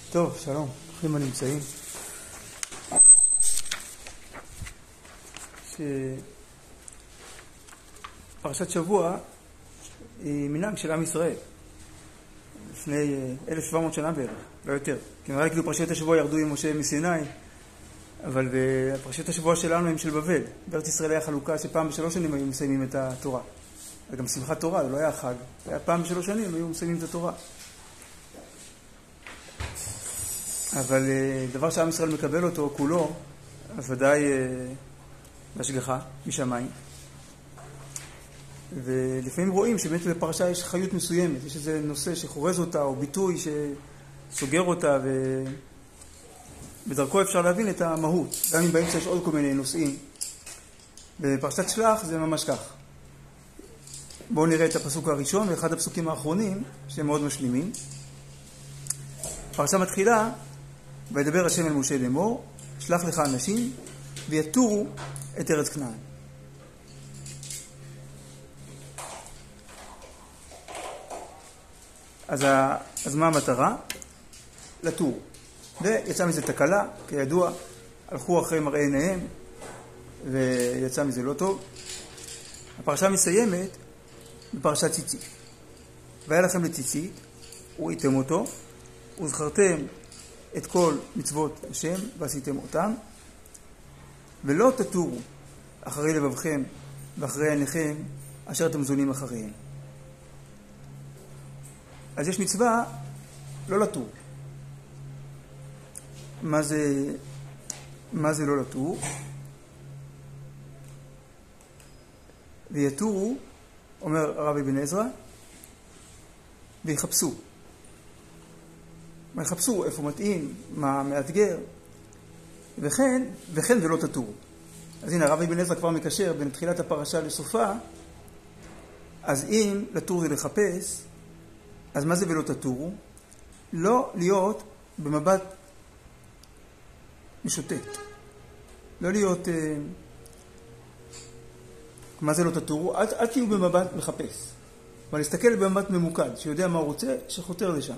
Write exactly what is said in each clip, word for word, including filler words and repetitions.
טוב, שלום, ברוכים הנמצאים. פרשת שבוע היא מנהג של עם ישראל לפני אלף ושבע מאות שנה בערך, לא יותר. כי נראה לי כאילו פרשיות השבוע ירדו עם משה מסיני, אבל פרשיות השבוע שלנו הם של בבל. בארץ ישראל היה חלוקה שפעם בשלוש שנים היו מסיימים את התורה. וגם שמחת תורה, זה לא היה חג. זה היה פעם בשלוש שנים היו מסיימים את התורה. אבל דבר שעם ישראל מקבל אותו כולו, אז ודאי בהשגחה, משמיים. ולפעמים רואים שבאמת בפרשה יש חיות מסוימת, יש איזה נושא שחורז אותה או ביטוי שסוגר אותה, ובדרכו אפשר להבין את המהות, גם אם באמצע יש עוד כל מיני נושאים. בפרשת שלח זה ממש כך. בואו נראה את הפסוק הראשון ואחד הפסוקים האחרונים שהם מאוד משלימים. פרשה מתחילה, וידבר השם אל משה לאמור, שלח לך אנשים ויתורו את ארץ כנען. אז, ה... אז מה המטרה? לתור. ויצא מזה תקלה, כידוע, הלכו אחרי מראה עיניהם, ויצא מזה לא טוב. הפרשה מסיימת בפרשת ציצית. והיה לכם לציצית, וראיתם אותו, וזכרתם את כל מצוות השם, ועשיתם אותם, ולא תתורו אחרי לבבכם ואחרי עיניכם, אשר אתם זונים אחריהם. אז יש מצווה לא לתור. מה זה, מה זה לא לתור? ויתורו, אומר הרב אבן עזרא, ויחפשו. מה יחפשו? איפה מתאים? מה מאתגר? וכן, וכן ולא תתורו. אז הנה, הרב אבן עזרא כבר מקשר בין תחילת הפרשה לסופה, אז אם לתור זה לחפש, אז מה זה ולא תתורו? לא להיות במבט משוטט. לא להיות... אה, מה זה לא תתורו? אל, אל תהיו במבט מחפש. אבל להסתכל במבט ממוקד, שיודע מה הוא רוצה, שחותר לשם.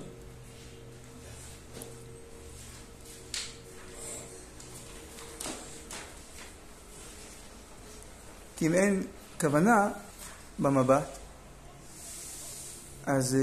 כי אם אין כוונה במבט, אז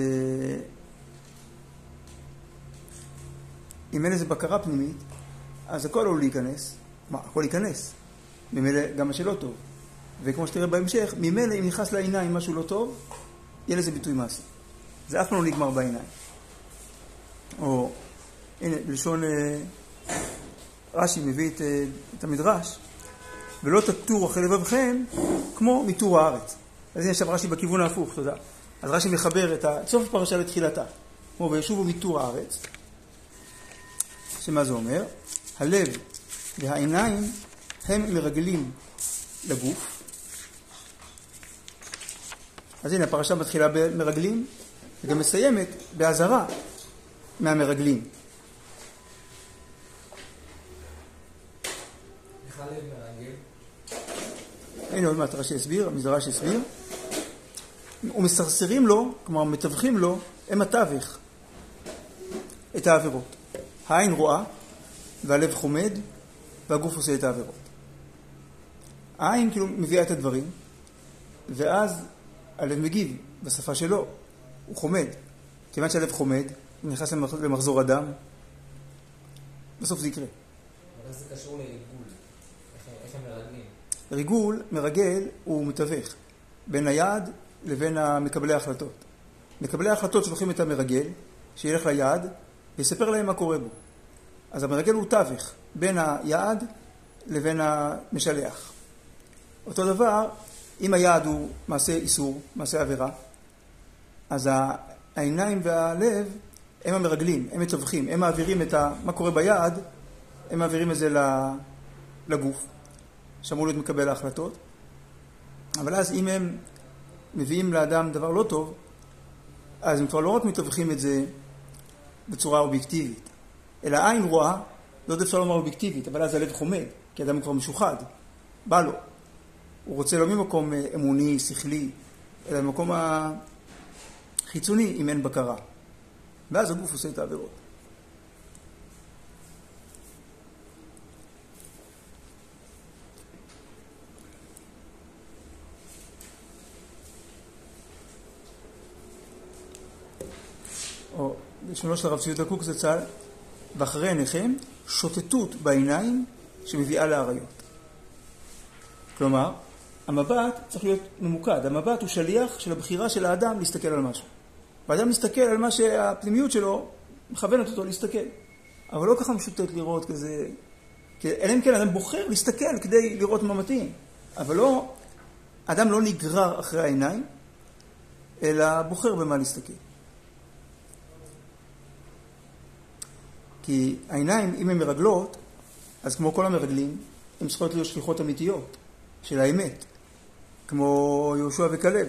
אם אין איזו בקרה פנימית, אז הכל לא להיכנס. מה? הכל להיכנס. ממילא גם מה שלא טוב. וכמו שתראה בהמשך, ממילא אם נכנס לעיניים משהו לא טוב, יהיה לזה ביטוי מעשי. זה אף פעם לא נגמר בעיניים. או, הנה, בלשון רש"י מביא את, את המדרש, ולא תתורו אחרי לבבכם כמו מתור הארץ. אז הנה עכשיו רש"י בכיוון ההפוך, תודה. אז רש"י מחבר את סוף הפרשה לתחילתה, כמו וישובו מתור הארץ, שמה זה אומר? הלב והעיניים הם מרגלים לגוף. אז הנה הפרשה מתחילה במרגלים, וגם מסיימת באזהרה מהמרגלים. איך הלב מרגל? הנה עוד מעט רש"י הסביר, המדרש הסביר. ומסרסרים לו, כלומר מתווכים לו, הם התווך, את העבירות. העין רואה, והלב חומד, והגוף עושה את העבירות. העין כאילו מביאה את הדברים, ואז הלב מגיב בשפה שלו, הוא חומד. כיוון שהלב חומד, הוא נכנס למחזור הדם, בסוף זה יקרה. אבל זה קשור לריגול. איך הם מרגלים? ריגול, מרגל, הוא מתווך בין היעד לבין מקבלי ההחלטות. מקבלי ההחלטות שולחים את המרגל, שילך ליעד, ויספר להם מה קורה בו. אז המרגל הוא תווך בין היעד לבין המשלח. אותו דבר, אם היעד הוא מעשה איסור, מעשה עבירה, אז העיניים והלב הם המרגלים, הם מתווכים, הם מעבירים את ה, מה קורה ביעד, הם מעבירים את זה לגוף, שאמור להיות מקבל ההחלטות. אבל אז אם הם מביאים לאדם דבר לא טוב, אז הם כבר לא רק מתווכים את זה בצורה אובייקטיבית, אלא העין רואה, לא יודע אפשר לומר אובייקטיבית, אבל אז הלב חומד, כי האדם כבר משוחד, בא לו. הוא רוצה לא ממקום אמוני, שכלי, אלא ממקום החיצוני, אם אין בקרה. ואז הגוף עושה את העבירות. או לשונו של הרב צבי יהודה קוק זצ"ל, ואחרי עיניכם שוטטות בעיניים שמביאה לעריות. כלומר, המבט צריך להיות ממוקד. המבט הוא שליח של הבחירה של האדם להסתכל על משהו. והאדם מסתכל על מה שהפנימיות שלו מכוונת אותו להסתכל. אבל לא ככה משוטט לראות כזה... אלא אם כן, אדם בוחר להסתכל כדי לראות מה מתאים. אבל לא... אדם לא נגרר אחרי העיניים, אלא בוחר במה להסתכל. כי העיניים, אם הן מרגלות, אז כמו כל המרגלים, הן צריכות להיות שליחות אמיתיות של האמת, כמו יהושע וכלב.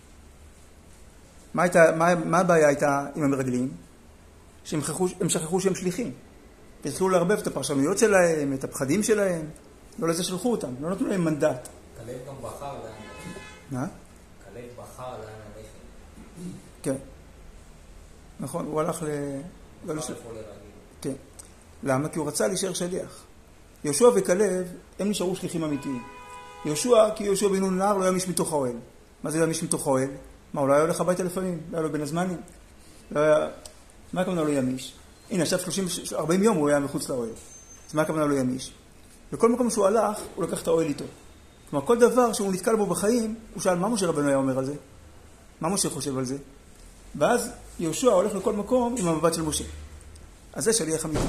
מה, הייתה, מה, מה הבעיה הייתה עם המרגלים? שהם שכחו, הם שכחו שהם שליחים. והתחילו לערבב את הפרשנויות שלהם, את הפחדים שלהם, לא לזה שלחו אותם, לא נתנו להם מנדט. כלב גם בחר לאן ללכת. מה? כלב בחר לאן ללכת. כן. נכון, הוא הלך ל... לא לש... כן. למה? כי הוא רצה להישאר שליח. יהושע וכלב, הם נשארו שליחים אמיתיים. יהושע, כי יהושע בן נון נער, לא ימיש מתוך האוהל. מה זה לא ימיש מתוך האוהל? מה, אולי היה הולך הביתה לפעמים? לא היה לו בין הזמנים? לא היה... מה הכוונה לא ימיש? הנה, עכשיו שלושים ארבעים יום הוא היה מחוץ לאוהל. אז מה הכוונה לא ימיש? בכל מקום שהוא הלך, הוא לקח את האוהל איתו. כלומר, כל דבר שהוא נתקל בו בחיים, הוא שאל, מה משה רבנו היה אומר על זה? מה משה חושב על זה? ואז יהושע הולך לכל מקום עם המבט של משה. אז זה שליח אמיתי.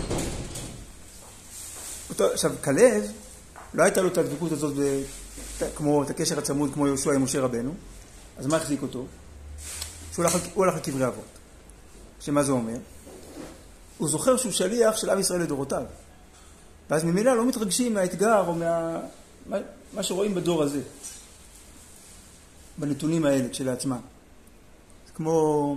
עכשיו, כלב, לא הייתה לו את הדבקות הזאת, כמו את הקשר הצמוד כמו יהושע עם משה רבנו. אז מה החזיק אותו? שהוא הלך לקברי אבות. שמה זה אומר? הוא זוכר שהוא שליח של עם ישראל לדורותיו. ואז ממילא לא מתרגשים מהאתגר או מה... מה שרואים בדור הזה. בנתונים האלה כשלעצמם. זה כמו...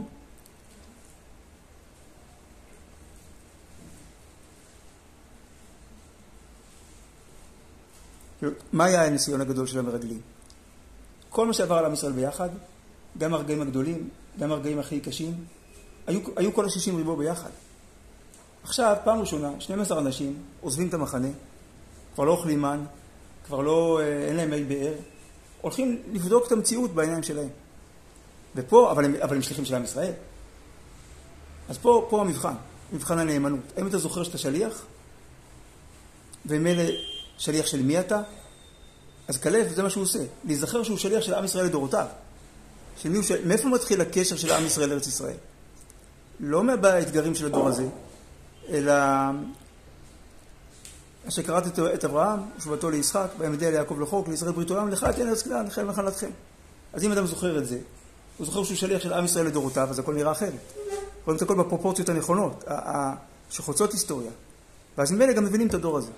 מה היה הניסיון הגדול של המרגלים? כל מה שעבר על עם ישראל ביחד, גם הרגעים הגדולים, גם הרגעים הכי קשים, היו, היו כל השישים ריבו ביחד. עכשיו, פעם ראשונה, שנים עשר אנשים עוזבים את המחנה, כבר לא אוכלים מן, כבר לא, אין להם מי באר, הולכים לבדוק את המציאות בעיניים שלהם. ופה, אבל הם, אבל הם שליחים של עם ישראל. אז פה, פה המבחן, מבחן הנאמנות. האם אתה זוכר שאתה שליח? ומילא שליח של מי אתה? אז כלב, זה מה שהוא עושה. להיזכר שהוא שליח של עם ישראל לדורותיו. של מי הוא של... מאיפה מתחיל הקשר של עם ישראל לארץ ישראל? לא מהאתגרים של הדור הזה, אלא שקראת את, את אברהם, ושבתו לישחק, ויעמדה ליעקב לחוק, לישראל ברית עולם, לך תן ארץ כנען, נחל נחלתכם. אז אם אדם זוכר את זה, הוא זוכר שהוא שליח של עם ישראל לדורותיו, אז הכל נראה אחרת. רואים את הכל בפרופורציות הנכונות, שחוצות היסטוריה. ואז ממילא גם מבינים את הדור הזה.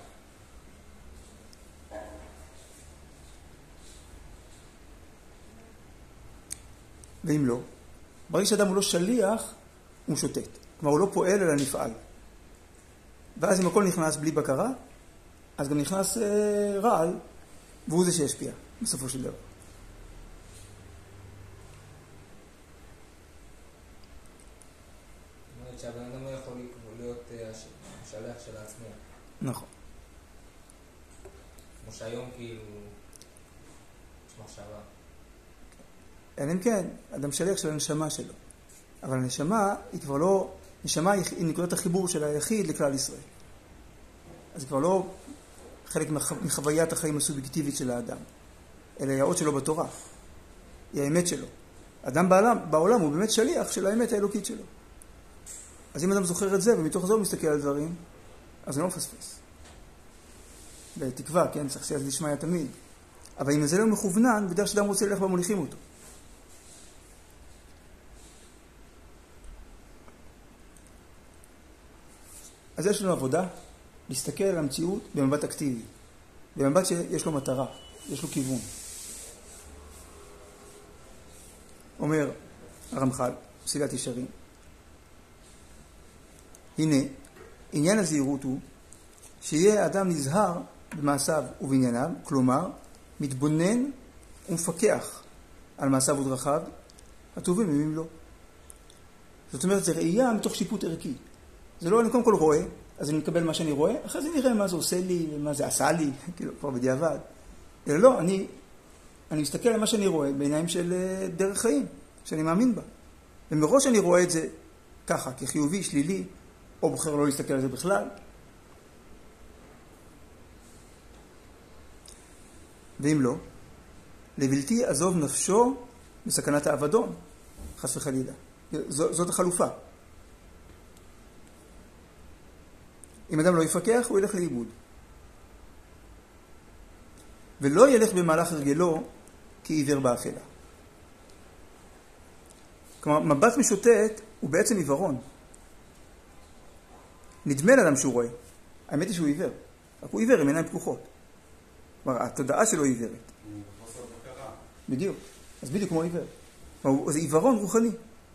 ואם לא, ברגע שאדם הוא לא שליח, הוא שוטט. כלומר, הוא לא פועל אלא נפעל. ואז אם הכל נכנס בלי בקרה, אז גם נכנס אה, רעל, והוא זה שישפיע, בסופו של דבר. זאת אומרת שהבן אדם לא יכול להיות השלח של עצמו. נכון. כמו שהיום כאילו יש מחשבה. אלא אם כן, אדם שליח של הנשמה שלו. אבל הנשמה היא כבר לא, נשמה היא נקודת החיבור של היחיד לכלל ישראל. אז כבר לא חלק מחוויית החיים הסובייקטיבית של האדם, אלא היא האות שלו בתורה. היא האמת שלו. אדם בעולם, בעולם הוא באמת שליח של האמת האלוקית שלו. אז אם אדם זוכר את זה, ומתוך זה הוא מסתכל על דברים, אז הוא לא מפספס. בתקווה, כן? צריך סייעת לשמוע תמיד. אבל אם זה לא מכוונן, בדרך שאדם רוצה ללך במוליכים אותו. אז יש לנו עבודה להסתכל על המציאות במבט אקטיבי. במבט שיש לו מטרה, יש לו כיוון. אומר הרמח"ל, פסילת ישרים. הנה, עניין הזהירות הוא שיהיה האדם נזהר במעשיו ובענייניו, כלומר, מתבונן ומפקח על מעשיו ודרכיו, הטובים ממם לא. זאת אומרת, זה ראייה מתוך שיפוט ערכי. זה לא, אני קודם כל רואה, אז אני מקבל מה שאני רואה, אחרי זה נראה מה זה עושה לי, מה זה עשה לי, כאילו, כבר בדיעבד. אלא לא, אני, אני מסתכל על מה שאני רואה בעיניים של דרך חיים, שאני מאמין בה. ומראש אני רואה את זה ככה, כחיובי, שלילי, או בוחר לא להסתכל על זה בכלל. ואם לא, לבלתי עזוב נפשו בסכנת האבדון, חס וחלילה. ז, זאת החלופה. אם אדם לא יפקח, הוא ילך לאיבוד. ולא ילך במהלך הרגלו כעיוור באפלה. כלומר, מבט משוטט הוא בעצם עיוורון. נדמה לאדם שהוא רואה. האמת היא שהוא עיוור. רק הוא עיוור עם עיניים פקוחות. כלומר, התודעה שלו היא עיוורת. בדיוק. אז בדיוק כמו עיוור. כלומר, זה עיוורון רוחני.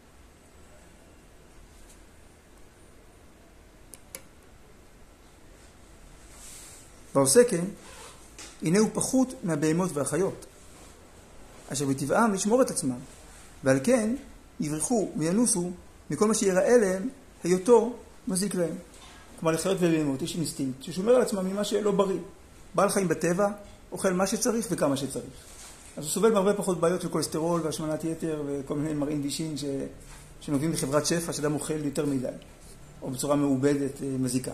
ועושה כן, הנה הוא פחות מהבהמות והחיות, אשר בטבעם לשמור את עצמם, ועל כן יברחו וינוסו מכל מה שיראה להם היותו מזיק להם. כלומר, לחיות ובהמות יש אינסטינקט ששומר על עצמם ממה שלא בריא. בעל חיים בטבע אוכל מה שצריך וכמה שצריך. אז הוא סובל מהרבה פחות בעיות של כולסטרול והשמנת יתר וכל מיני מרעין בישין ש... שנובעים מחברת שפע שאדם אוכל יותר מדי, או בצורה מעובדת מזיקה.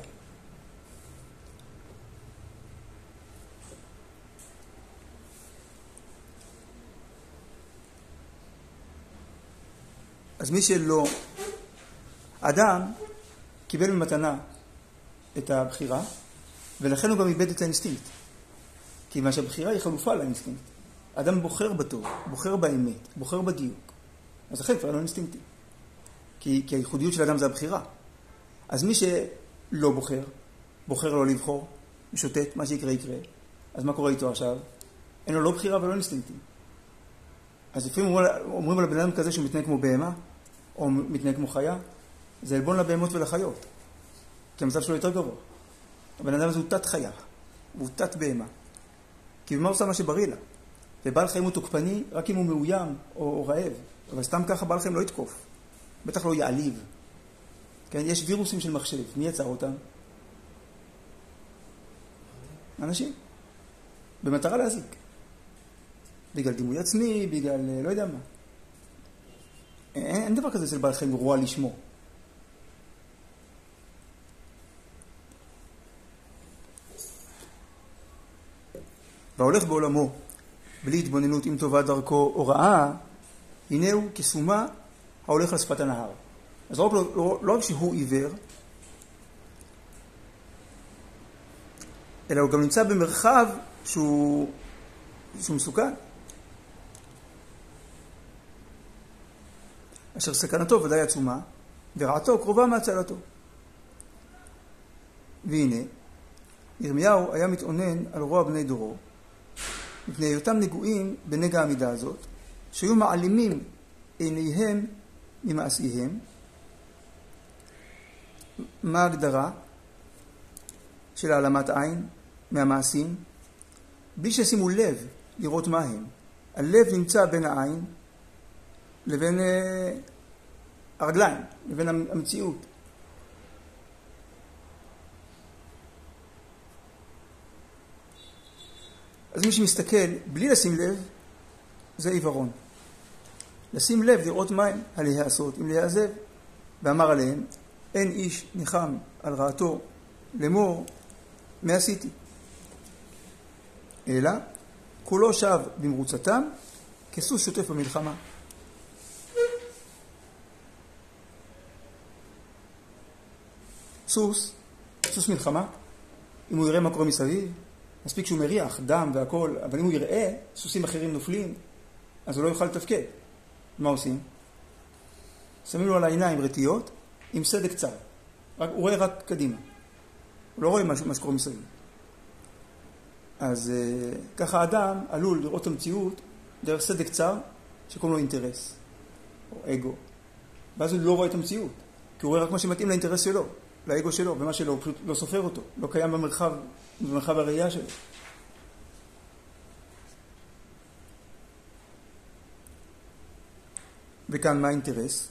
אז מי שלא, אדם קיבל במתנה את הבחירה, ולכן הוא גם איבד את האינסטינקט. כי מה שהבחירה היא חלופה לאינסטינקט. אדם בוחר בטוב, בוחר באמת, בוחר בדיוק. אז לכן כבר לא אינסטינקטי. כי, כי הייחודיות של האדם זה הבחירה. אז מי שלא בוחר, בוחר לא לבחור, משוטט, מה שיקרה יקרה. אז מה קורה איתו עכשיו? אין לו לא בחירה ולא אינסטינקטי. אז לפעמים אומרים על הבן אדם כזה שהוא מתנהג כמו בהמה, או מתנהג כמו חיה, זה עלבון לבהמות ולחיות. כי המצב שלו יותר גרוע. הבן אדם הזה הוא תת חיה, הוא תת בהמה. כי במה עושה מה שבריא לה? ובעל חיים הוא תוקפני רק אם הוא מאוים או, או רעב. אבל סתם ככה בעל חיים לא יתקוף. בטח לא יעליב. כן? יש וירוסים של מחשב. מי יצר אותם? אנשים. במטרה להזיק. בגלל דימוי עצמי, בגלל לא יודע מה. אין, אין דבר כזה של בעל חיים רוע לשמו. והולך בעולמו, בלי התבוננות עם טובה דרכו או רעה, הנה הוא כסומה ההולך לשפת הנהר. אז לא, לא, לא רק שהוא עיוור, אלא הוא גם נמצא במרחב שהוא, שהוא מסוכן. אשר סכנתו ודאי עצומה, ורעתו קרובה מהצלתו. והנה, ירמיהו היה מתאונן על רוע בני דורו, מפני היותם נגועים בנגע העמידה הזאת, שהיו מעלימים עיניהם ממעשיהם. מה ההגדרה של העלמת עין מהמעשים? בלי שישימו לב לראות מה הם. הלב נמצא בין העין לבין הרגליים, לבין המציאות. אז מי שמסתכל בלי לשים לב, זה עיוורון. לשים לב, לראות מה הם, הלהיעשות, אם להיעזב, ואמר עליהם, אין איש ניחם על רעתו לאמור, מה עשיתי? אלא, כולו שב במרוצתם, כסוס שוטף במלחמה. סוס, סוס מלחמה, אם הוא יראה מה קורה מסביב, מספיק שהוא מריח, דם והכל, אבל אם הוא יראה, סוסים אחרים נופלים, אז הוא לא יוכל לתפקד. מה עושים? שמים לו על העיניים רטיות עם סדק צר. רק, הוא רואה רק קדימה. הוא לא רואה מה, מה שקורה מסביב. אז uh, ככה האדם עלול לראות את המציאות דרך סדק צר שקוראים לו אינטרס, או אגו. ואז הוא לא רואה את המציאות, כי הוא רואה רק מה שמתאים לאינטרס שלו, לאגו שלו, ומה שלו הוא פשוט לא סופר אותו, לא קיים במרחב, במרחב הראייה שלו. וכאן מה האינטרס?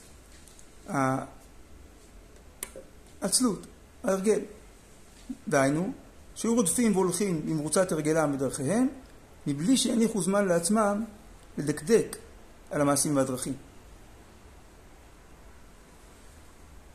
העצלות, ההרגל. דהיינו, שהיו רודפים והולכים במרוצת הרגלם בדרכיהם, מבלי שיניחו זמן לעצמם לדקדק על המעשים והדרכים.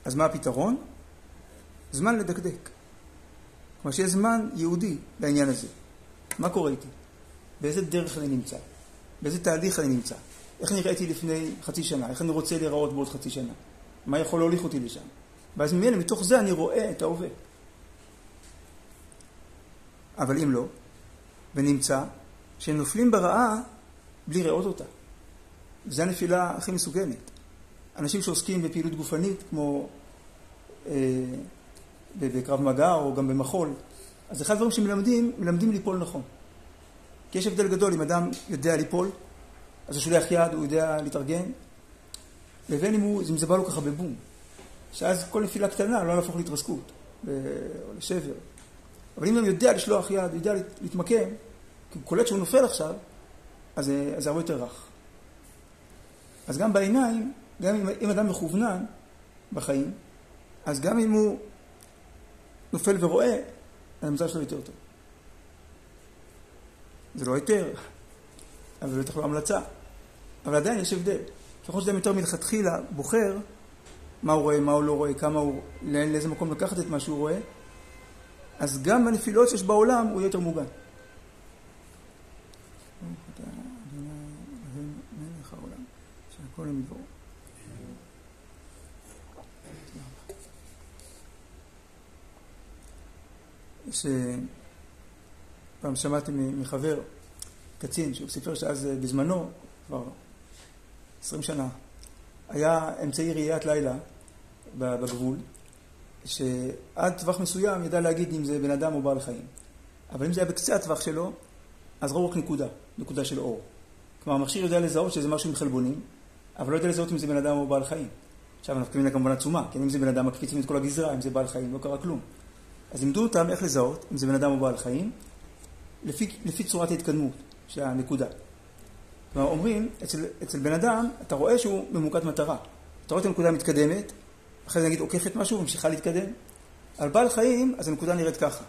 אז מה הפתרון? זמן לדקדק. כלומר שיש זמן יהודי לעניין הזה. מה קורה איתי? באיזה דרך אני נמצא? באיזה תהליך אני נמצא? איך נראיתי לפני חצי שנה? איך אני רוצה להיראות בעוד חצי שנה? מה יכול להוליך אותי לשם? ואז ממילא, מתוך זה אני רואה את ההווה. אבל אם לא, ונמצא שהם נופלים ברעה בלי ראות אותה. וזו הנפילה הכי מסוכנת. אנשים שעוסקים בפעילות גופנית, כמו אה, בקרב מגע או גם במחול, אז אחד הדברים שמלמדים, מלמדים ליפול נכון. כי יש הבדל גדול, אם אדם יודע ליפול, אז הוא שולח יד, הוא יודע להתארגן, לבין אם, הוא, אם זה בא לו ככה בבום. שאז כל נפילה קטנה לא להפוך להתרסקות, או לשבר. אבל אם הוא יודע לשלוח יד, הוא יודע להתמקם, כי הוא קולט שהוא נופל עכשיו, אז זה הרבה יותר רך. אז גם בעיניים, גם אם, אם אדם מכוונן בחיים, אז גם אם הוא נופל ורואה, המצב שלו יותר טוב. זה לא יותר, אבל זה בטח לא המלצה. אבל עדיין יש הבדל. ככל שאדם יותר מלכתחילה בוחר מה הוא רואה, מה הוא לא רואה, כמה הוא, לאיזה מקום לקחת את מה שהוא רואה, אז גם בנפילות שיש בעולם הוא יהיה יותר מוגן. שהכל הם ידברו. יש... פעם שמעתי מחבר, קצין, שהוא סיפר שאז בזמנו, כבר עשרים שנה, היה אמצעי ראיית לילה בגבול, שעד טווח מסוים ידע להגיד אם זה בן אדם או בעל חיים. אבל אם זה היה בקצה הטווח שלו, אז ראו רק נקודה, נקודה של אור. כלומר, המכשיר יודע לזהות שזה משהו עם חלבונים, אבל לא יודע לזהות אם זה בן אדם או בעל חיים. עכשיו אנחנו מתכוונים כמובן עצומה, כי אם זה בן אדם מקפיצים את כל הגזרה, אם זה בעל חיים, לא קרה כלום. אז לימדו אותם איך לזהות אם זה בן אדם או בעל חיים, לפי, לפי צורת ההתקדמות של הנקודה. כלומר, אומרים, אצל, אצל בן אדם, אתה רואה שהוא ממוקד מטרה. אתה רואה את הנקודה מתקדמת, אחרי זה נגיד עוקפת משהו וממשיכה להתקדם. על בעל חיים, אז הנקודה נראית ככה.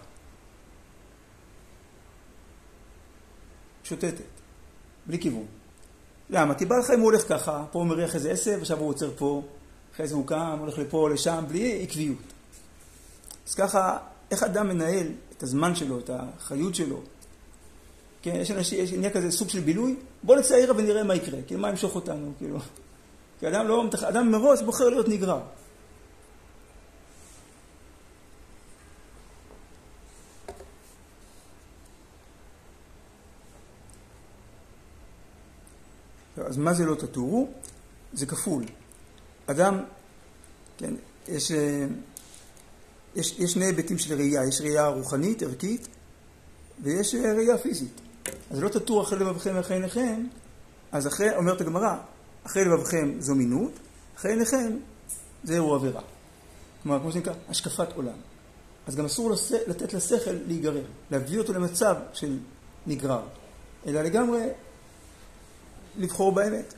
שוטטת, בלי כיוון. למה? כי בעל חיים הוא הולך ככה, פה הוא מריח איזה עשב, עכשיו הוא עוצר פה, אחרי זה הוא קם, הולך לפה, לשם, בלי עקביות. אז ככה, איך אדם מנהל את הזמן שלו, את החיות שלו? כן, יש אנשים, יש נהיה כזה סוג של בילוי, בוא נצא העירה ונראה מה יקרה, כאילו מה ימשוך אותנו, כאילו. כי אדם לא, אדם מראש בוחר להיות נגרר. אז מה זה לא תטורו? זה כפול. אדם, כן, יש, יש, יש שני היבטים של ראייה, יש ראייה רוחנית, ערכית, ויש ראייה פיזית. אז לא תטור אחרי לבבכם ואחרי עיניכם, אז אחרי, אומרת הגמרא, אחרי לבבכם זו מינות, אחרי עיניכם זה אירוע עבירה. כלומר, כמו שנקרא, השקפת עולם. אז גם אסור לתת לשכל להיגרר, להביא אותו למצב של נגרר, אלא לגמרי לבחור באמת.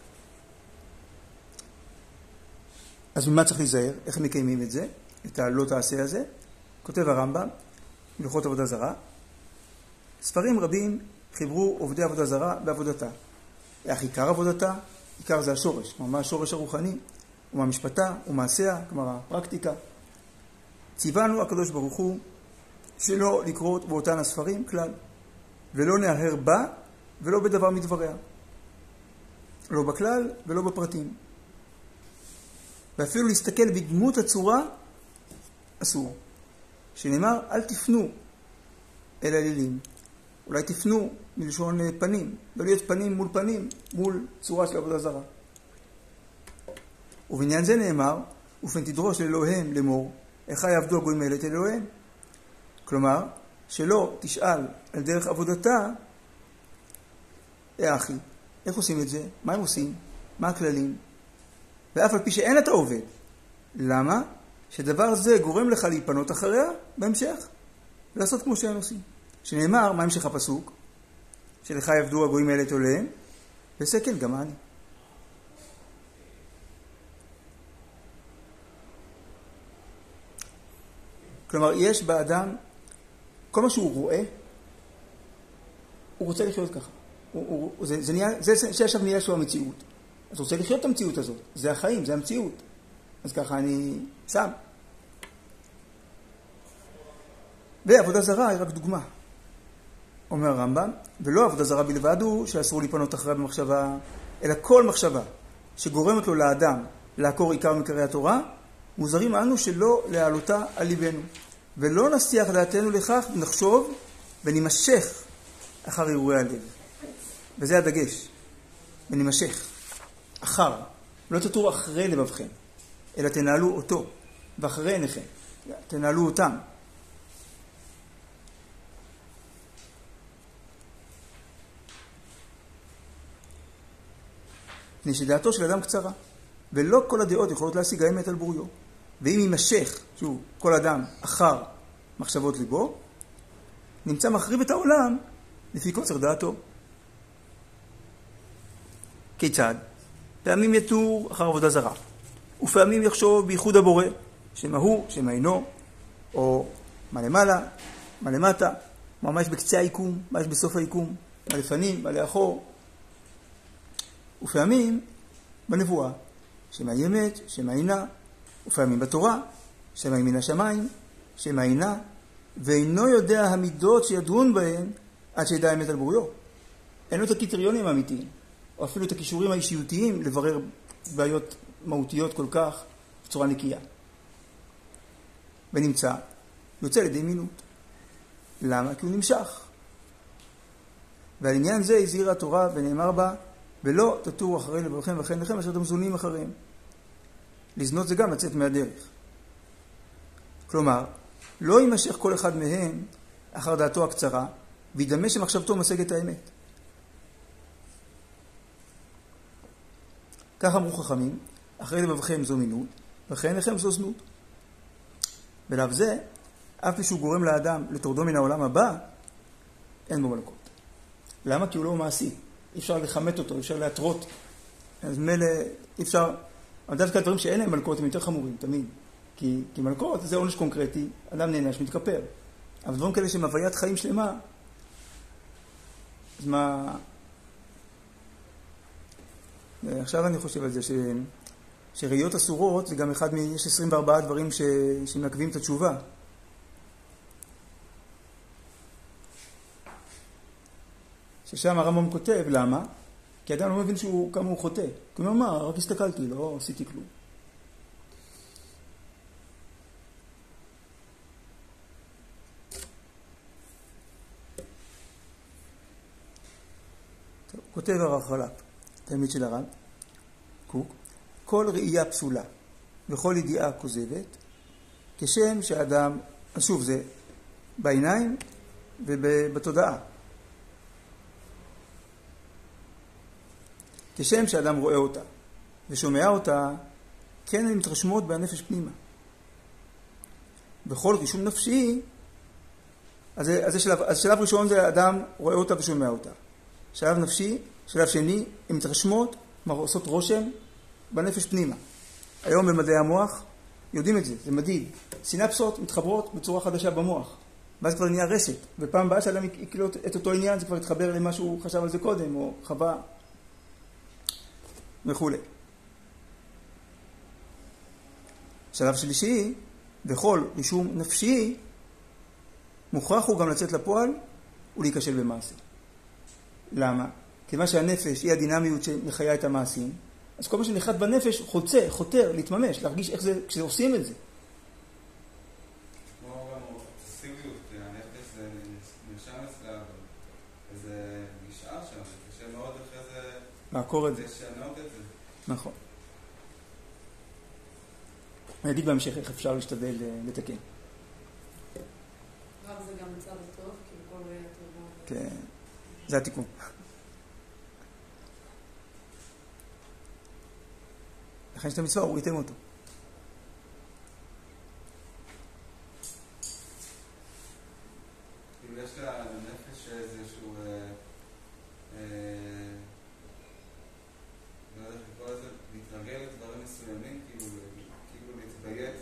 אז ממה צריך להיזהר? איך מקיימים את זה? את הלא תעשה הזה? כותב הרמב"ם, הלכות עבודה זרה, ספרים רבים חיברו עובדי עבודה זרה בעבודתה. איך עיקר עבודתה? עיקר זה השורש. כלומר, מה השורש הרוחני? ומה משפטה? ומעשיה? כלומר, הפרקטיקה. ציוונו הקדוש ברוך הוא שלא לקרות באותן הספרים כלל, ולא נהר בה ולא בדבר מדבריה. לא בכלל ולא בפרטים. ואפילו להסתכל בדמות הצורה אסור. שנאמר, אל תפנו אל האלילים. אולי תפנו מלשון פנים, לא להיות פנים מול פנים, מול צורה של עבודה זרה. ובעניין זה נאמר, ופן תדרוש לאלוהים לאמור, איך יעבדו הגויים האלה את אלוהים? כלומר, שלא תשאל על דרך עבודתה, אה אחי, איך עושים את זה? מה הם עושים? מה הכללים? ואף על פי שאין אתה עובד. למה? שדבר זה גורם לך להיפנות אחריה בהמשך, ולעשות כמו שהם עושים. שנאמר, מה המשך הפסוק? שלך יעבדו הגויים האלה את אלוהים, ועשה כן, גם אני. כלומר, יש באדם, כל מה שהוא רואה, הוא רוצה לחיות ככה. הוא, הוא, זה, זה, נהיה, זה שעכשיו נהיה שהוא המציאות. אז הוא רוצה לחיות את המציאות הזאת. זה החיים, זה המציאות. אז ככה אני שם. ועבודה זרה היא רק דוגמה. אומר הרמב"ם, ולא עבודה זרה בלבד הוא שאסור להיפנות אחריה במחשבה, אלא כל מחשבה שגורמת לו לאדם לעקור עיקר מקרי התורה, מוזרים אנו שלא להעלותה על ליבנו. ולא נסיח דעתנו לכך ונחשוב ונמשך אחר אירועי הלב. וזה הדגש. ונמשך. אחר. לא תטורו אחרי לבבכם, אלא תנהלו אותו, ואחרי עיניכם. תנהלו אותם. מפני שדעתו של אדם קצרה, ולא כל הדעות יכולות להשיג האמת על בוריו. ואם יימשך, שוב, כל אדם אחר מחשבות ליבו, נמצא מחריב את העולם לפי קוצר דעתו. כיצד? פעמים יתור אחר עבודה זרה, ופעמים יחשוב בייחוד הבורא, שמה הוא, שמה אינו, או מה למעלה, מה למטה, מה יש בקצה היקום, מה יש בסוף היקום, מה לפנים, מה לאחור. ופעמים בנבואה, שמה היא אמת, שמה אינה, ופעמים בתורה, שמה היא מן השמיים, שמה אינה, ואינו יודע המידות שידון בהן עד שידע האמת על בוריו. אין לו את הקריטריונים האמיתיים, או אפילו את הכישורים האישיותיים לברר בעיות מהותיות כל כך בצורה נקייה. ונמצא, יוצא לידי מינות. למה? כי הוא נמשך. ועל עניין זה הזהירה התורה ונאמר בה, ולא תטורו אחרי לבבכם וכן לכם אשר אתם זונים אחריהם. לזנות זה גם לצאת מהדרך. כלומר, לא יימשך כל אחד מהם אחר דעתו הקצרה, וידמה שמחשבתו משג את האמת. כך אמרו חכמים, אחרי לבבכם זו מינות, וכן לכם זו זנות. ולאו זה, אף פי שהוא גורם לאדם לתורדו מן העולם הבא, אין בו מלכות. למה? כי הוא לא מעשי. אי אפשר לחמת אותו, אי אפשר להתרות. אז מלא, אי אפשר... אבל דווקא הדברים שאין להם מלכות הם יותר חמורים, תמיד. כי, כי מלכות זה עונש קונקרטי, אדם נענש, מתכפר. אבל דברים כאלה שהם הוויית חיים שלמה, אז מה... עכשיו אני חושב על זה ש... שראיות אסורות זה גם אחד מ... יש עשרים וארבעה דברים ש... שמעכבים את התשובה. ששם הרמב"ם כותב, למה? כי אדם לא מבין שהוא, כמה הוא חוטא. כי הוא אומר, מה, רק הסתכלתי, לא עשיתי כלום. טוב, כותב הרב חלק, תלמיד של הרב, קוק, כל ראייה פסולה וכל ידיעה כוזבת, כשם שאדם, אז שוב, זה בעיניים ובתודעה. כשם שאדם רואה אותה ושומע אותה, כן הן מתרשמות בנפש פנימה. בכל רישום נפשי, אז, אז, שלב, אז שלב ראשון זה האדם רואה אותה ושומע אותה. שלב נפשי, שלב שני, הן מתרשמות, עושות רושם בנפש פנימה. היום במדעי המוח יודעים את זה, זה מדהים. סינפסות מתחברות בצורה חדשה במוח. ואז כבר נהיה רשת. ופעם הבאה שאדם יקלוט את אותו עניין, זה כבר יתחבר למה שהוא חשב על זה קודם, או חווה וכו'. שלב שלישי, בכל רישום נפשי, מוכרח הוא גם לצאת לפועל ולהיכשל במעשה. למה? כיוון שהנפש היא הדינמיות שמחיה את המעשים, אז כל מה שנחת בנפש חוצה, חותר, להתממש, להרגיש איך זה, כשעושים את זה. כמו גם אובססיביות, הנפש זה נרשם אצלה, וזה נשאר שם, זה קשה מאוד אחרי זה... לעקור את זה. לשנות את זה. נכון. אני אגיד בהמשך איך אפשר להשתדל לתקן. רב זה גם מצב טוב, כי בכל רגע טוב. כן, זה התיקון. לכן שאתה מצווה, הוא ייתם אותו. כאילו יש לנפש איזשהו... לא יודע איך לקרוא לזה, להתרגל לדברים מסוימים, כאילו להתביית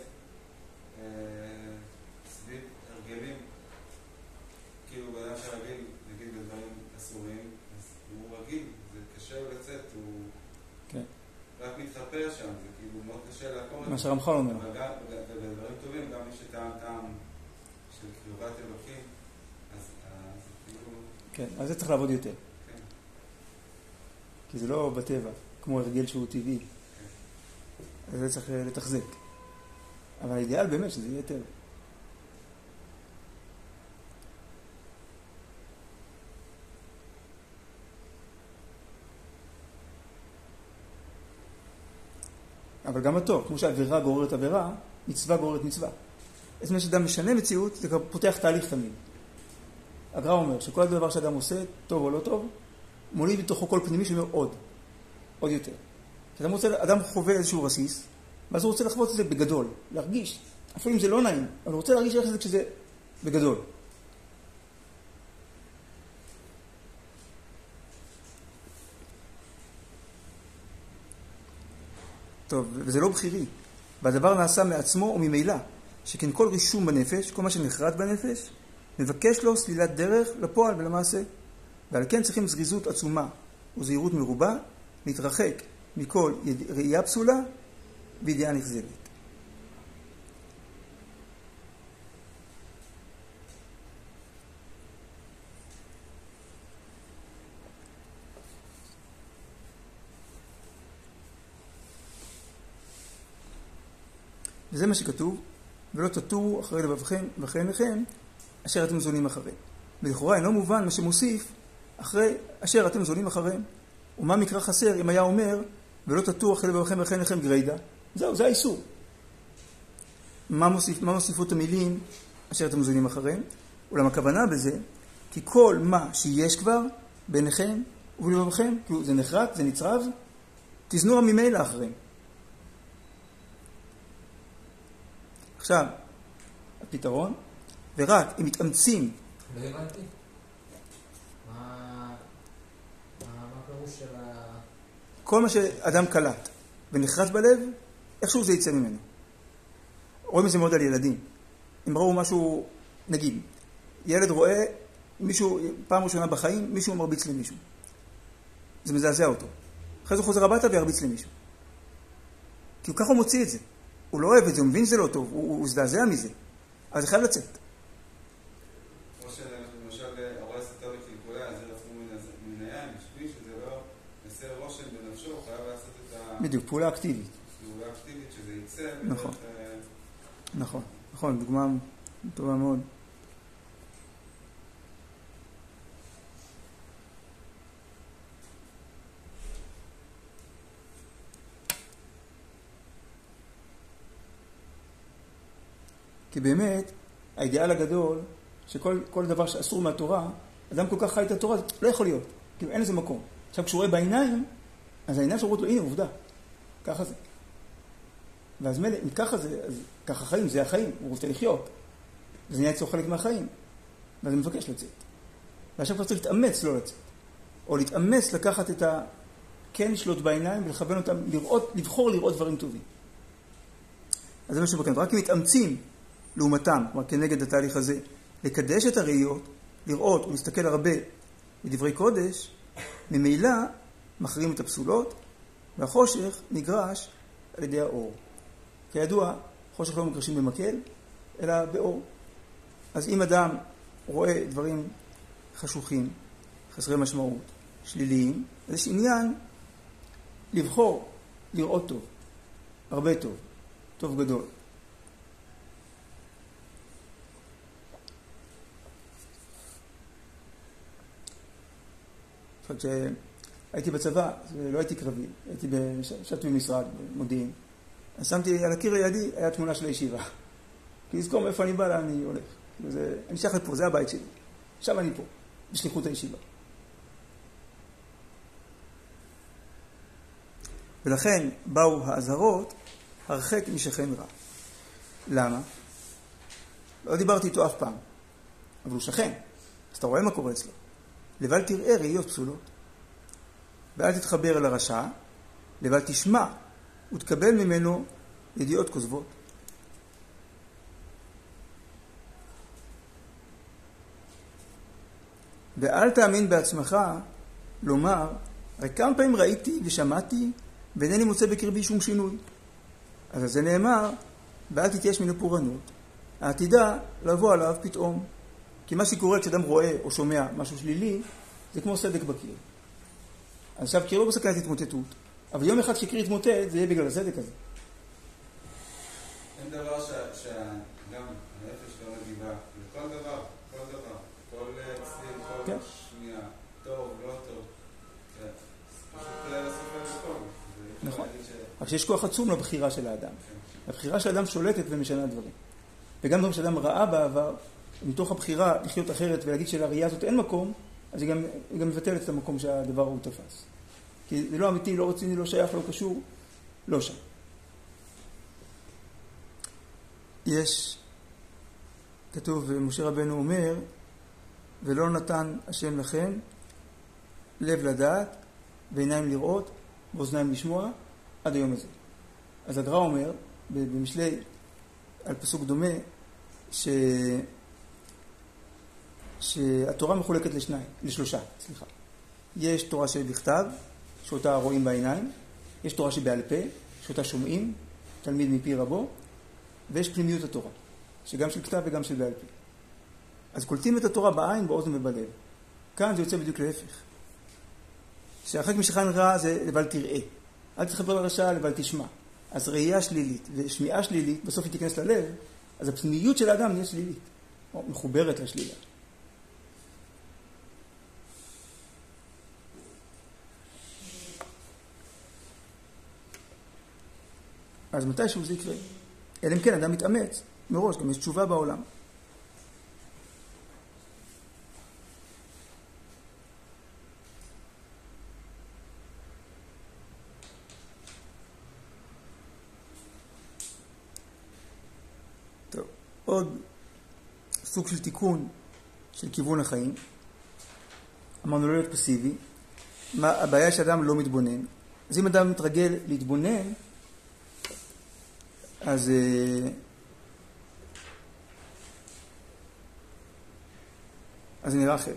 סביב הרגלים. כאילו באדם שרגיל, נגיד בדברים אסורים, אז הוא רגיל, זה קשה לצאת, הוא... כן. רק מתחפר שם, זה כאילו מאוד קשה לעקור את זה. מה שהרמח"ל אומר. אבל גם בדברים טובים, גם מי שטעם טעם של קרבת אלוקים, אז זה כאילו... כן, אז זה צריך לעבוד יותר. כן. כי זה לא בטבע, כמו הרגל שהוא טבעי. כן. אז זה צריך לתחזק. אבל האידיאל באמת שזה יהיה טבע. אבל גם הטוב, כמו שעבירה גוררת עבירה, מצווה גוררת מצווה. זאת אומרת שאדם משנה מציאות, זה פותח תהליך תמיד. הגר"א אומר שכל דבר שאדם עושה, טוב או לא טוב, מוליד בתוכו כל פנימי שאומר עוד, עוד יותר. כשאדם רוצה, אדם חווה איזשהו רסיס, ואז הוא רוצה לחוות את זה בגדול, להרגיש, אפילו אם זה לא נעים, אבל הוא רוצה להרגיש איך זה כשזה בגדול. טוב, וזה לא בחירי. והדבר נעשה מעצמו וממילא, שכן כל רישום בנפש, כל מה שנחרט בנפש, מבקש לו סלילת דרך לפועל ולמעשה. ועל כן צריכים זריזות עצומה וזהירות מרובה, להתרחק מכל ראייה פסולה וידיעה נכזבת. וזה מה שכתוב, ולא תטורו אחרי לבבכם ואחרי עיניכם, אשר אתם זונים אחריהם. ולכאורה אינו מובן מה שמוסיף, אחרי אשר אתם זונים אחריהם. ומה מקרא חסר אם היה אומר, ולא תטורו אחרי לבבכם ואחרי עיניכם גרידא? זהו, זה האיסור. מה, מוסיף, מה מוסיפות המילים אשר אתם זונים אחריהם? אולם הכוונה בזה, כי כל מה שיש כבר בעיניכם ובלבבכם, כאילו זה נחרט, זה נצרב, תזנו ממילא אחריהם. עכשיו, הפתרון, ורק אם מתאמצים... לא הבנתי. מה הפירוש של ה... כל מה שאדם קלט ונחרט בלב, איכשהו זה יצא ממנו. רואים את זה מאוד על ילדים. אם ראו משהו, נגיד, ילד רואה מישהו, פעם ראשונה בחיים, מישהו מרביץ למישהו. זה מזעזע אותו. אחרי זה הוא חוזר הביתה וירביץ למישהו. כי הוא ככה הוא מוציא את זה. הוא לא אוהב את זה, הוא מבין שזה לא טוב, הוא, הוא זדעזע מזה. אז זה חייב לצאת. כמו שלמשל, הרואה סתר לקלקולה, אז זה עצמו מן היין, משפיע שזה לא יעשה רושם בנפשו, הוא חייב לעשות את ה... בדיוק, פעולה אקטיבית. פעולה אקטיבית, שזה יצא. נכון. בדרך, נכון, נכון, דוגמה טובה מאוד. כי באמת, האידיאל הגדול, שכל כל דבר שאסור מהתורה, אדם כל כך חי את התורה, זה לא יכול להיות. כאילו אין לזה מקום. עכשיו, כשהוא רואה בעיניים, אז העיניים שאומרות לו, הנה, עובדה. ככה זה. ואז מלא, אם ככה זה, אז ככה חיים, זה החיים. הוא רוצה לחיות. זה נהיה אצלו חלק מהחיים. ואז הוא מבקש לצאת. ועכשיו כבר צריך להתאמץ לא לצאת. או להתאמץ לקחת את ה... כן לשלוט בעיניים ולכוון אותם, לראות, לבחור לראות דברים טובים. אז זה מה שבכן. רק אם מתאמצים לעומתם, כלומר כנגד התהליך הזה, לקדש את הראיות, לראות ולהסתכל הרבה בדברי קודש, ממילא מכריעים את הפסולות, והחושך נגרש על ידי האור. כידוע, חושך לא מגרשים במקל, אלא באור. אז אם אדם רואה דברים חשוכים, חסרי משמעות, שליליים, אז יש עניין לבחור לראות טוב, הרבה טוב, טוב גדול. כשהייתי בצבא, לא הייתי קרבי, הייתי בשבתי במשרד, במודיעין. אז שמתי על הקיר לידי, היה תמונה של הישיבה. כי לזכור מאיפה אני בא, לאן אני הולך. זה, אני שייך לפה, זה הבית שלי. עכשיו אני פה, בשליחות הישיבה. ולכן באו האזהרות, הרחק משכן רע. למה? לא דיברתי איתו אף פעם, אבל הוא שכן. אז אתה רואה מה קורה אצלו. לבל תראה ראיות פסולות. ואל תתחבר אל הרשע, לבל תשמע ותקבל ממנו ידיעות כוזבות. ואל תאמין בעצמך לומר, הרי כמה פעמים ראיתי ושמעתי ואינני מוצא בקרבי שום שינוי. אז זה נאמר, ואל תתייאש מן הפורענות. העתידה לבוא עליו פתאום. כי מה שקורה כשאדם רואה או שומע משהו שלילי, זה כמו סדק בקיר. אז עכשיו קיר לא בסכנת התמוטטות, אבל יום אחד שקיר יתמוטט, זה יהיה בגלל הסדק הזה. אין דבר שגם הנפש לא מגיבה לכל דבר, כל דבר, כל צליל, כל שנייה, טוב, לא טוב. פשוט לסופר לכל. נכון. רק שיש כוח עצום לבחירה של האדם. הבחירה של האדם שולטת ומשנה דברים. וגם דברים שאדם ראה בעבר, מתוך הבחירה לחיות אחרת ולהגיד שלראייה הזאת אין מקום, אז היא גם, היא גם מבטלת את המקום שהדבר הוא תפס. כי זה לא אמיתי, לא רציני, לא שייך, לא קשור, לא שם. יש, כתוב, משה רבנו אומר, ולא נתן השם לכם לב לדעת ועיניים לראות ואוזניים לשמוע עד היום הזה. אז הגר"א אומר, במשלי על פסוק דומה, ש... שהתורה מחולקת לשניים, לשלושה, סליחה. יש תורה שבכתב, שאותה רואים בעיניים, יש תורה שבעל פה, שאותה שומעים, תלמיד מפי רבו, ויש פנימיות התורה, שגם של כתב וגם של בעל פה. אז קולטים את התורה בעין, באוזן ובלב. כאן זה יוצא בדיוק להפך. שהרחק משכן רע זה לבל תראה. אל תחבר לרשע, לבל תשמע. אז ראייה שלילית ושמיעה שלילית, בסוף היא תיכנס ללב, אז הפנימיות של האדם נהיה שלילית, או מחוברת לשלילה. אז מתישהו זה יקרה. אלא אם כן, אדם מתאמץ, מראש, גם יש תשובה בעולם. טוב, עוד סוג של תיקון של כיוון החיים. אמרנו לא להיות פסיבי. מה, הבעיה שאדם לא מתבונן. אז אם אדם מתרגל להתבונן, אז אז נראה אחרת.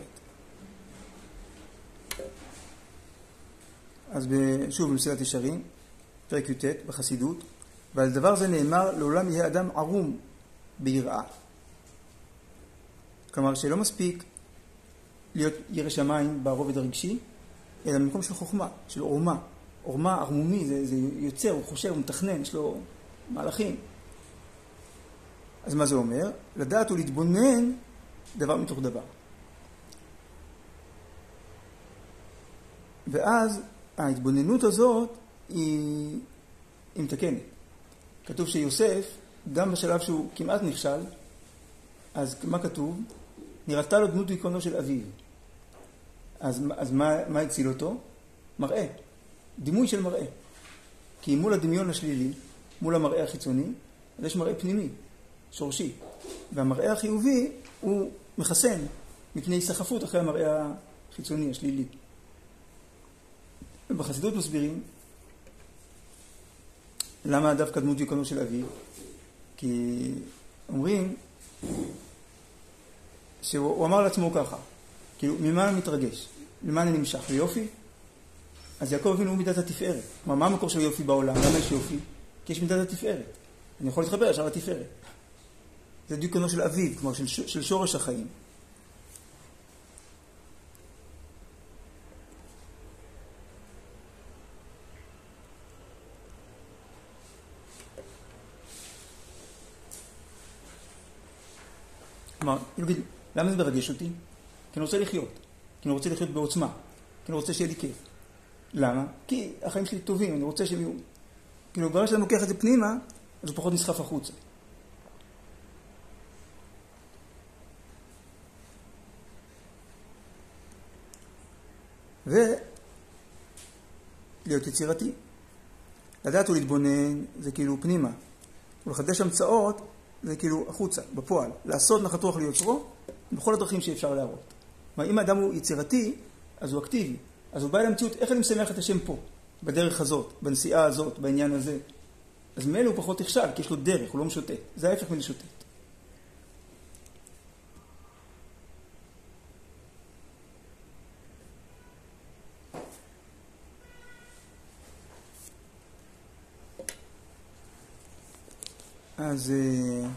אז שוב במסילת ישרים, פרק י"ט בחסידות, ועל דבר זה נאמר, לעולם יהיה אדם ערום ביראה. כלומר שלא מספיק להיות ירא שמיים ברובד הרגשי, אלא במקום של חוכמה, של עורמה. עורמה, ערמומי, זה, זה יוצר, הוא חושב, הוא מתכנן, יש לו מהלכים. אז מה זה אומר? לדעת ולהתבונן דבר מתוך דבר. ואז ההתבוננות הזאת היא, היא מתקנת. כתוב שיוסף, גם בשלב שהוא כמעט נכשל, אז מה כתוב? נראתה לו דמות ויקונו של אביו. אז, אז מה, מה הציל אותו? מראה. דימוי של מראה. כי מול הדמיון השלילי, מול המראה החיצוני, אז יש מראה פנימי, שורשי. והמראה החיובי הוא מחסן מפני סחפות אחרי המראה החיצוני, השלילי. ובחסידות מסבירים למה דווקא דמות ויקונו של אביו. כי אומרים שהוא אמר לעצמו ככה, כאילו, ממה אני מתרגש? ממה אני נמשך? ליופי? אז יעקב אבינו הוא מידת התפארת. כלומר, מה המקור של יופי בעולם? למה יש יופי? כי יש מידת התפארת. אני יכול להתחבר ישר לתפארת. זה דיוקנו של אביו, כלומר, של, של שורש החיים. כלומר, נגיד, למה זה מרגש אותי? כי אני רוצה לחיות. כי אני רוצה לחיות בעוצמה. כי אני רוצה שיהיה לי כיף. למה? כי החיים שלי טובים, אני רוצה שהם יהיו... כאילו, ברגע שאתה לוקח את זה פנימה, אז הוא פחות נסחף החוצה. ולהיות יצירתי. לדעת ולהתבונן זה כאילו פנימה. ולחדש המצאות זה כאילו החוצה, בפועל. לעשות נחת רוח ליוצרו בכל הדרכים שאפשר להראות. כלומר, אם האדם הוא יצירתי, אז הוא אקטיבי. אז הוא בא אל המציאות, איך אני משמח את השם פה? בדרך הזאת, בנסיעה הזאת, בעניין הזה. אז מאלה הוא פחות נכשל, כי יש לו דרך, הוא לא משוטט. זה ההפך מלשוטט. אז אה,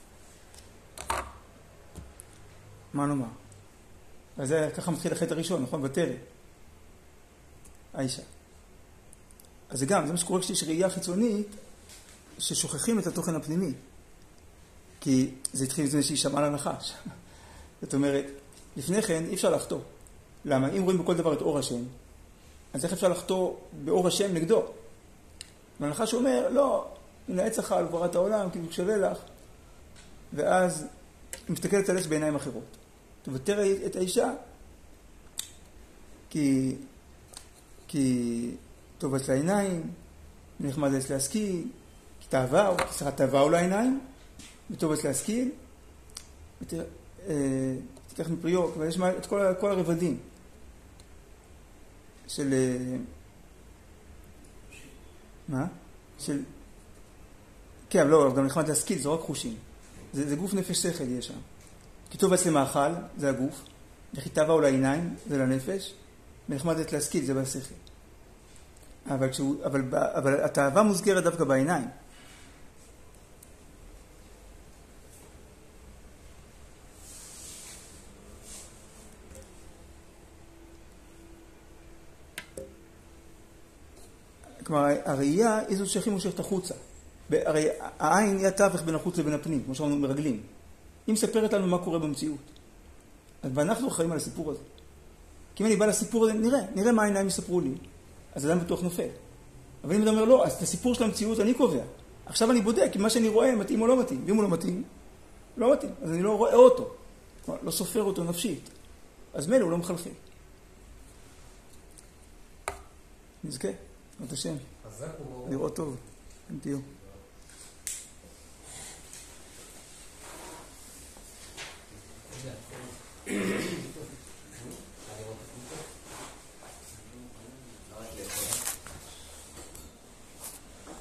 מה נאמר? אז זה ככה מתחיל החטא הראשון, נכון? ותרא האישה. אז זה גם, זה מה שקורה כשיש ראייה חיצונית ששוכחים את התוכן הפנימי. כי זה התחיל לפני שהיא שמעה לנחש. זאת אומרת, לפני כן אי אפשר לחטוא. למה? אם רואים בכל דבר את אור השם, אז איך אפשר לחטוא באור השם נגדו? והנחש אומר, לא, הנה עץ אכל וברא את העולם, כאילו שווה לך. ואז היא מסתכלת על עץ בעיניים אחרות. ותרא את האישה, כי, כי טוב אצל העיניים, נחמד אצל להשכיל, כי תאווה, כי שרה תאווה או לעיניים, וטוב אצל להשכיל, ותראה, אה, תיקח מפריוק, ויש את כל, כל הרבדים של... אה, מה? של... כן, לא, גם נחמד להשכיל, זה רק חושים. זה, זה גוף נפש שכל יש שם. כי טוב אצל מאכל, זה הגוף, וכי תאווה או לעיניים, זה לנפש, ונחמד אצל להשכיל, זה בשכל. אבל, כשהוא, אבל, אבל התאווה מוזכרת דווקא בעיניים. כלומר, הראייה היא זו שהכי מושכת החוצה. הרי העין היא התווך בין החוץ לבין הפנים, כמו שאנחנו מרגלים. היא מספרת לנו מה קורה במציאות. אז ואנחנו חיים על הסיפור הזה. כי אם אני בא לסיפור הזה, נראה, נראה מה העיניים יספרו לי. אז אדם בטוח נופל. אבל אם אתה אומר, לא, אז את הסיפור של המציאות אני קובע. עכשיו אני בודק אם מה שאני רואה מתאים או לא מתאים. ואם הוא לא מתאים, לא מתאים. אז אני לא רואה אותו. כלומר, לא סופר אותו נפשית. אז מילא הוא לא מחלחל. נזכה, את השם. לראות טוב. תהיו. Yeah.